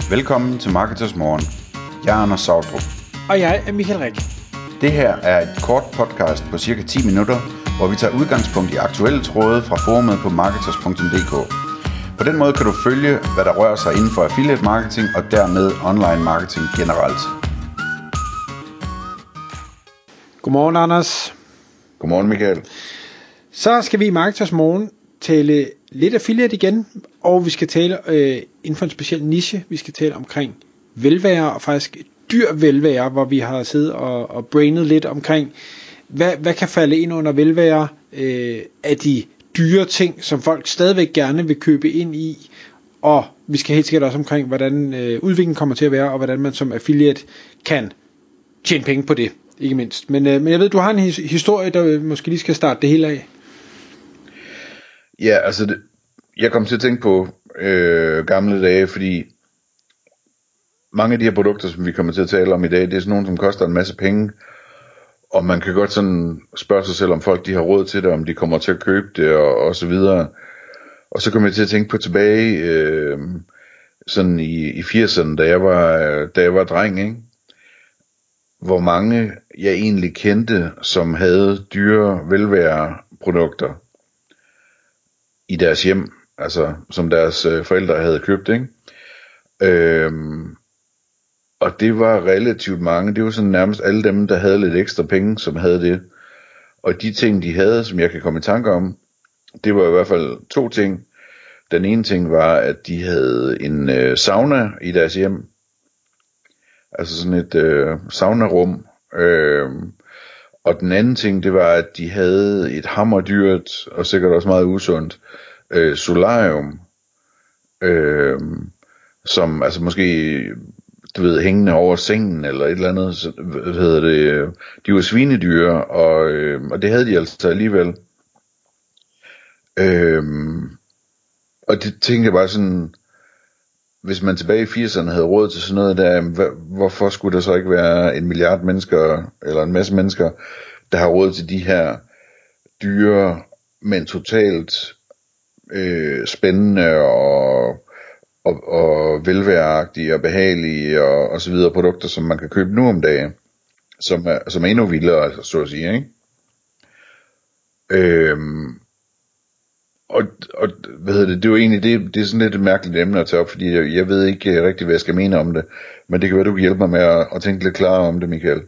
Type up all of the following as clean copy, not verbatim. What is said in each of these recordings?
Velkommen til Marketers Morgen. Jeg er Anders Sautrup. Og jeg er Michael Rik. Det her er et kort podcast på cirka 10 minutter, hvor vi tager udgangspunkt i aktuelle tråde fra forumet på marketers.dk. På den måde kan du følge, hvad der rører sig inden for affiliate marketing og dermed online marketing generelt. Godmorgen, Anders. Godmorgen, Michael. Så skal vi i Marketers Morgen tale lidt affiliate igen, og vi skal tale inden for en speciel niche. Vi skal tale omkring velvære, og faktisk dyr velvære, hvor vi har siddet og brainet lidt omkring, hvad kan falde ind under velvære af de dyre ting, som folk stadigvæk gerne vil købe ind i, og vi skal helt sikkert også omkring, hvordan udviklingen kommer til at være, og hvordan man som affiliate kan tjene penge på det, ikke mindst. Men jeg ved, du har en historie, der måske lige skal starte det hele af. Ja, altså jeg kom til at tænke på gamle dage, fordi mange af de her produkter, som vi kommer til at tale om i dag, det er sådan nogle, som koster en masse penge, og man kan godt sådan spørge sig selv, om folk de har råd til det, om de kommer til at købe det, og så videre. Og så kom jeg til at tænke på tilbage, sådan i 80'erne, da jeg var dreng, ikke? Hvor mange jeg egentlig kendte, som havde dyre velværeprodukter i deres hjem, altså som deres forældre havde købt, ikke? Og det var relativt mange. Det var sådan nærmest alle dem, der havde lidt ekstra penge, som havde det. Og de ting, de havde, som jeg kan komme i tanke om, det var i hvert fald 2 ting. Den ene ting var, at de havde en sauna i deres hjem. Altså sådan et saunarum. Og den anden ting, det var, at de havde et hammerdyrt, og sikkert også meget usundt, solarium. Som altså måske, du ved, hængende over sengen eller et eller andet, så, de var svinedyre, og det havde de altså alligevel. Og det tænkte jeg bare sådan, hvis man tilbage i 80'erne havde råd til sådan noget der, hvorfor skulle der så ikke være 1 milliard mennesker, eller en masse mennesker, der har råd til de her dyre, men totalt spændende og velværeagtige og behagelige og så videre produkter, som man kan købe nu om dagen, som er endnu vildere, altså, så at sige, ikke? Og hvad hedder det er jo egentlig det er sådan lidt et mærkeligt emne at tage op, fordi jeg ved ikke rigtig, hvad jeg skal mene om det, men det kan være, du kan hjælpe mig med at tænke lidt klarere om det, Michael.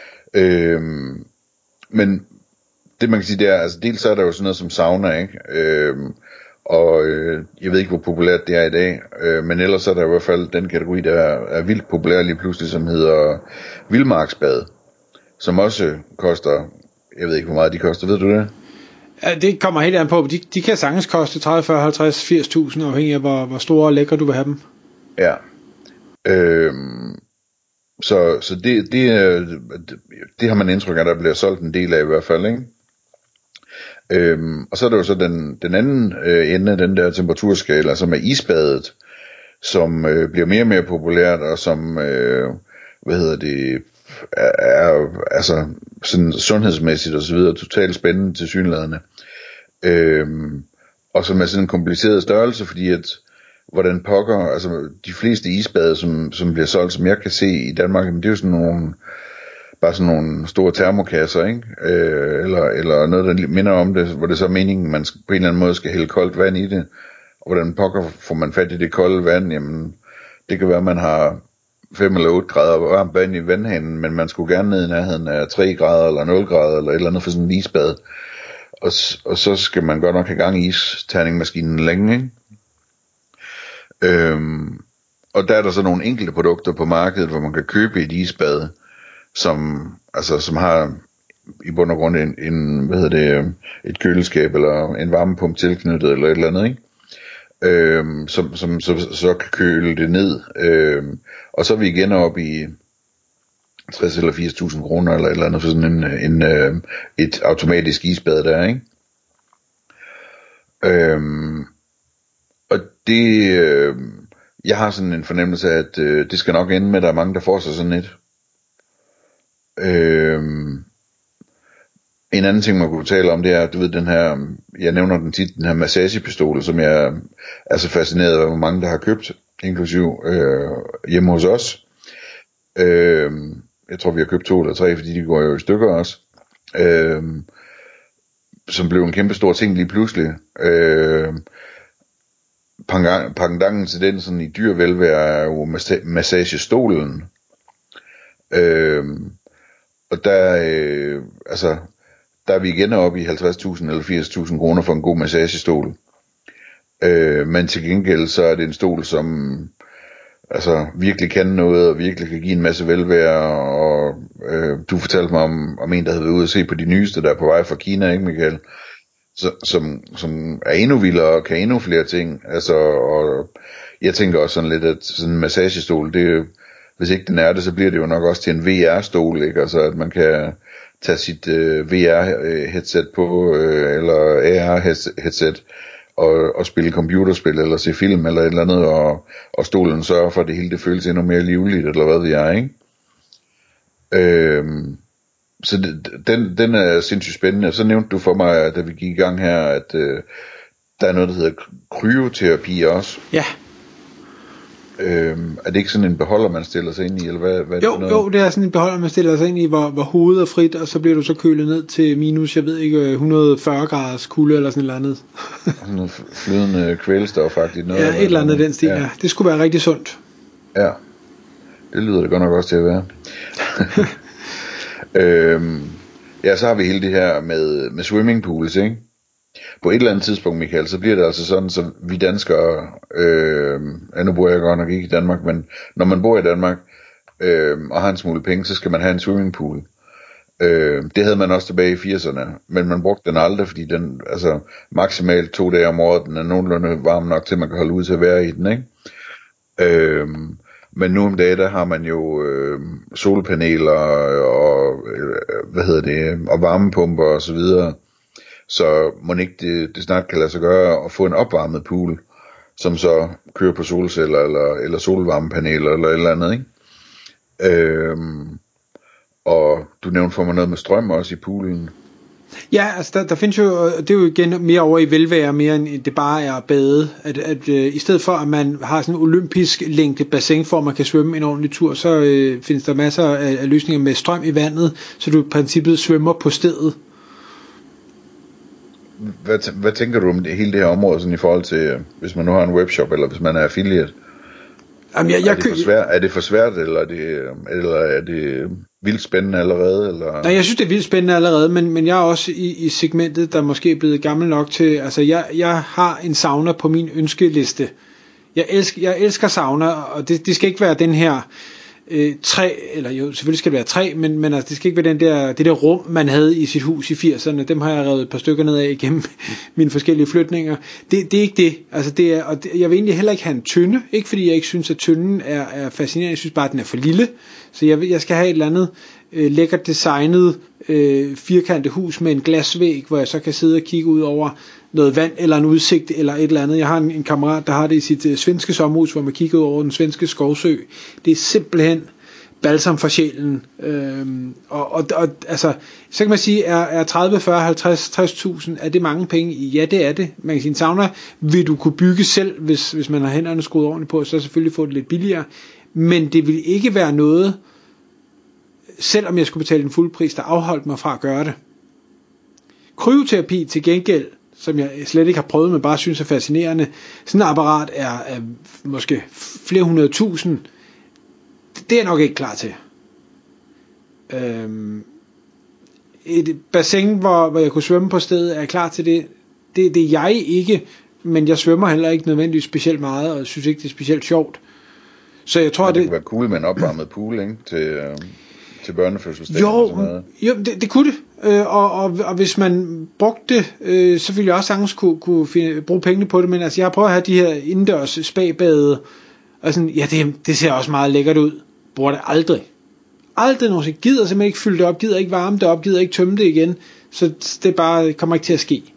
Men det man kan sige, det er, altså dels så er der jo sådan noget som sauna, ikke? Jeg ved ikke, hvor populært det er i dag, men ellers er der i hvert fald den kategori, der er vildt populær lige pludselig, som hedder vildmarksbad, som også koster, jeg ved ikke, hvor meget de koster, ved du det? Ja, det kommer helt an på. De kan sagtens koste 30, 40, 50, 80.000, afhængig af hvor store og lækre du vil have dem. Ja. Så det har man indtryk af, der bliver solgt en del af i hvert fald, ikke? Og så er der jo så den anden ende af den der temperaturskala, som er isbadet, som bliver mere og mere populært, og som er altså sådan sundhedsmæssigt og så videre totalt spændende tilsyneladende, og som er sådan en kompliceret størrelse, fordi at hvordan pokker, altså de fleste isbade som bliver solgt, som jeg kan se i Danmark, men det er jo sådan nogle, bare sådan nogle store termokasser, ikke? Eller noget, der minder om det, hvor det så er meningen, man på en eller anden måde skal hælde koldt vand i det. Og hvordan pokker får man fat i det kolde vand? Jamen, det kan være, at man har 5 eller 8 grader varmt vand i vandhanen, men man skulle gerne ned i nærheden af 3 grader eller 0 grader eller et eller andet for sådan en isbad. Og så skal man godt nok have gang i isterningmaskinen længe, ikke? Og der er der så nogle enkelte produkter på markedet, hvor man kan købe et isbad, som har i bund og grund et køleskab eller en varmepumpe tilknyttet eller et eller andet, ikke? Som så kan køle det ned, og så er vi igen oppe i 60 eller 80.000 kroner eller et eller andet for sådan et automatisk isbad der, ikke? Og det jeg har sådan en fornemmelse af, at det skal nok ende med, at der er mange, der får sig sådan et. En anden ting, man kunne tale om, det er, du ved, den her, jeg nævner den tit, den her massagepistol, som jeg er så fascineret af, hvor mange der har købt. inklusiv hjemme hos os. Jeg tror vi har købt 2 eller 3, fordi de går jo i stykker også. Som blev en kæmpe stor ting lige pludselig. Pendanten til den sådan i dyr velvære er jo massagestolen. Og der er vi igen oppe i 50.000 eller 80.000 kroner for en god massagestol. Men til gengæld så er det en stol, som virkelig kan noget, og virkelig kan give en masse velvære, og du fortalte mig om en, der havde været ude at se på de nyeste, der er på vej fra Kina, ikke Michael? Som er endnu vildere, og kan endnu flere ting, og jeg tænker også sådan lidt, at sådan en massagestol, det, hvis ikke den er det, så bliver det jo nok også til en VR-stol, ikke? Altså at man kan tage sit VR-headset på, eller AR-headset, og spille computerspil, eller se film, eller et eller andet, og stolen sørger for, at det hele det føles endnu mere livligt, eller hvad ved jeg, ikke? Så den er sindssygt spændende. Og så nævnte du for mig, da vi gik i gang her, at der er noget, der hedder kryoterapi også. Ja. Er det ikke sådan en beholder, man stiller sig ind i, eller hvad Jo, det er sådan en beholder, man stiller sig ind i, hvor hovedet er frit, og så bliver du så kølet ned til minus, jeg ved ikke, 140 graders kulde, eller sådan et eller andet. Sådan noget flydende kvælstof-agtigt noget. Ja, et eller andet den stil, ja. Det skulle være rigtig sundt. Ja, det lyder det godt nok også til at være. Ja, så har vi hele det her med swimmingpools, ikke? På et eller andet tidspunkt, Michael, så bliver det altså sådan, så vi danskere, nu bor jeg godt nok ikke i Danmark, men når man bor i Danmark og har en smule penge, så skal man have en swimmingpool. Det havde man også tilbage i 80'erne, men man brugte den aldrig, fordi den, maksimalt 2 dage om året, den er nogenlunde varm nok til, at man kan holde ud til at være i den, ikke? Men nu om dagen, der har man jo solpaneler og og varmepumper og så videre. Så må ikke det snart kan lade sig gøre at få en opvarmet pool, som så kører på solceller eller solvarmepaneler eller et eller andet, ikke? Og du nævnte for mig noget med strøm også i poolen. Ja, altså der findes jo, det er jo igen mere over i velvære, mere end det bare er at bade, at i stedet for at man har sådan en olympisk længde bassin, for at man kan svømme en ordentlig tur, så findes der masser af løsninger med strøm i vandet, så du i princippet svømmer på stedet. Hvad tænker du om hele det her område, sådan i forhold til, hvis man nu har en webshop, eller hvis man er affiliate? Jamen, er det for svært, eller er det vildt spændende allerede? Eller? Nej, jeg synes det er vildt spændende allerede, men jeg er også i segmentet, der måske er blevet gammel nok til, altså jeg har en sauna på min ønskeliste. Jeg elsker sauna, og det skal ikke være den her træ, eller jo selvfølgelig skal det være træ, men altså, det skal ikke være det der rum man havde i sit hus i 80'erne. Dem har jeg revet et par stykker ned af igennem mine forskellige flytninger. Det er ikke det. Altså det er, jeg vil egentlig heller ikke have en tønde, ikke fordi jeg ikke synes at tønden er fascinerende. Jeg synes bare at den er for lille. Så jeg skal have et eller andet lækkert designet firkantet hus med en glasvæg, hvor jeg så kan sidde og kigge ud over noget vand eller en udsigt eller et eller andet. Jeg har en kammerat, der har det i sit svenske sommerhus, hvor man kigger ud over den svenske skovsø. Det er simpelthen balsam for sjælen. Og altså, så kan man sige, er 30, 40, 50, 60.000, er det mange penge? Ja, det er det. Man kan sige, en sauna vil du kunne bygge selv, hvis man har hænderne skruet ordentligt på, så selvfølgelig få det lidt billigere. Men det vil ikke være noget, selvom jeg skulle betale en fuld pris, der afholdt mig fra at gøre det. Kryoterapi til gengæld, som jeg slet ikke har prøvet, men bare synes er fascinerende. Sådan et apparat er måske flere 100.000. Det er jeg nok ikke klar til. Et bassin, hvor jeg kunne svømme på stedet, er jeg klar til det. Det er jeg ikke, men jeg svømmer heller ikke nødvendigvis specielt meget, og synes ikke, det er specielt sjovt. Så jeg tror, det kunne være cool med en opvarmet pool, ikke? Til børnefødselsdag. Jo, det kunne det. Og hvis man brugte det, så ville jeg også sagtens kunne bruge pengene på det. Men altså, jeg har prøvet at have de her indendørs spabade, og sådan, ja, det ser også meget lækkert ud. Bruger det aldrig. Aldrig nogensinde. Gider simpelthen ikke fylde det op, gider ikke varme det op, gider ikke tømme det igen. Så det bare kommer ikke til at ske.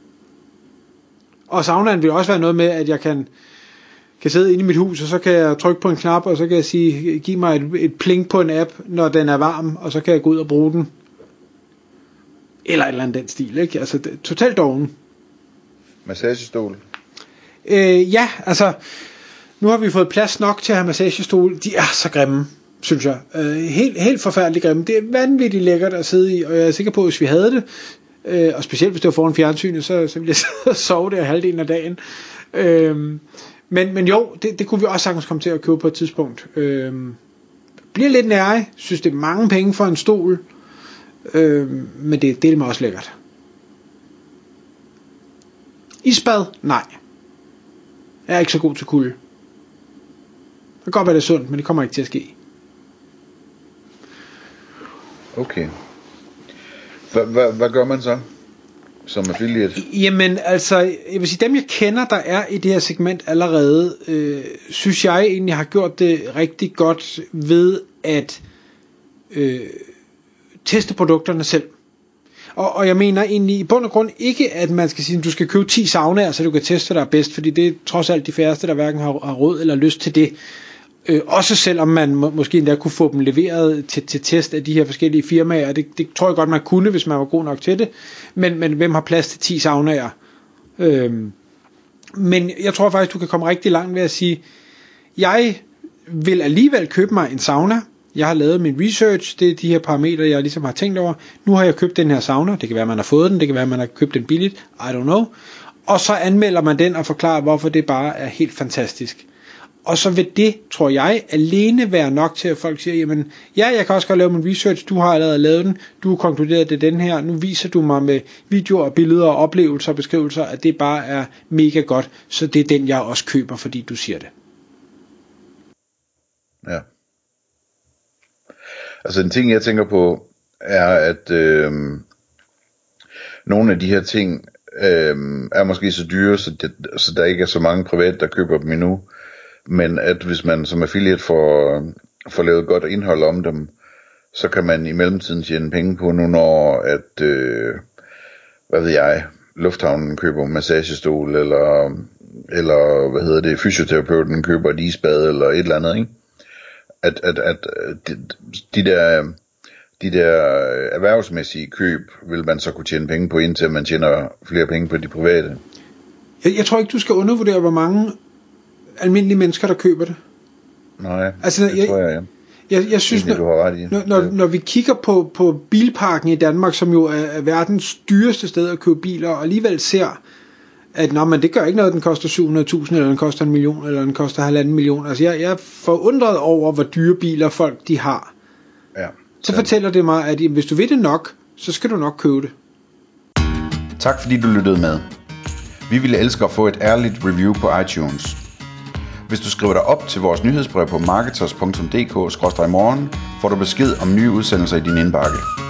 Og saunaen vil også være noget med, at jeg kan sidde inde i mit hus, og så kan jeg trykke på en knap, og så kan jeg sige, giv mig et plink på en app, når den er varm, og så kan jeg gå ud og bruge den. Eller et eller andet den stil, ikke? Altså, totalt doven. Massagestol? Ja, altså, nu har vi fået plads nok til at have massagestol. De er så grimme, synes jeg. Helt forfærdeligt grimme. Det er vanvittigt lækkert at sidde i, og jeg er sikker på, at hvis vi havde det, og specielt hvis det var foran fjernsynet, så ville jeg sidde og sove der halvdelen af dagen. Men jo, det kunne vi også sagtens komme til at købe på et tidspunkt. Bliver lidt nærig. Synes det er mange penge for en stol, men det er også lækkert. Isbad? Nej. Jeg er ikke så god til kulde. Det kan godt være, det er sundt, men det kommer ikke til at ske. Okay. Hvad gør man så som affiliate? Jamen altså, jeg vil sige, dem jeg kender, der er i det her segment allerede, synes jeg egentlig har gjort det rigtig godt ved at teste produkterne selv. Og jeg mener egentlig i bund og grund ikke, at man skal sige, at du skal købe 10 saunaer, så du kan teste, hvad der er bedst, fordi det er trods alt de færreste, der hverken har råd eller lyst til det. Også selvom man måske endda kunne få dem leveret til test af de her forskellige firmaer. Det tror jeg godt, man kunne, hvis man var god nok til det. Men hvem har plads til 10 saunaer? Men jeg tror faktisk, du kan komme rigtig langt ved at sige, jeg vil alligevel købe mig en sauna. Jeg har lavet min research, det er de her parametre, jeg ligesom har tænkt over. Nu har jeg købt den her sauna, det kan være, man har fået den, det kan være, man har købt den billigt, I don't know. Og så anmelder man den og forklarer, hvorfor det bare er helt fantastisk. Og så vil det, tror jeg, alene være nok til, at folk siger, jamen, ja, jeg kan også godt lave min research, du har allerede lavet den, du har konkluderet det den her, nu viser du mig med videoer, billeder, oplevelser og beskrivelser, at det bare er mega godt, så det er den, jeg også køber, fordi du siger det. Ja. Altså en ting, jeg tænker på, er, at nogle af de her ting er måske så dyre, så der ikke er så mange private, der køber dem endnu. Men at hvis man som affiliate får lavet godt indhold om dem, så kan man i mellemtiden tjene penge på nu, når at, hvad ved jeg, lufthavnen køber massagestol, eller fysioterapeuten køber et isbad, eller et eller andet, ikke? At de der erhvervsmæssige køb vil man så kunne tjene penge på, indtil man tjener flere penge på de private. Jeg tror ikke, du skal undervurdere, hvor mange almindelige mennesker, der køber det. Nej, altså, det tror jeg, ja. Jeg synes, du har ret i. Når vi kigger på bilparken i Danmark, som jo er verdens dyreste sted at købe biler, og alligevel ser, at men det gør ikke noget, den koster 700.000, eller den koster 1 million, eller den koster 1,5 million. Altså jeg er forundret over, hvor dyre biler folk de har. Ja, så fortæller det mig, at hvis du ved det nok, så skal du nok købe det. Tak fordi du lyttede med. Vi ville elske at få et ærligt review på iTunes. Hvis du skriver dig op til vores nyhedsbrev på marketers.dk/morgen, får du besked om nye udsendelser i din indbakke.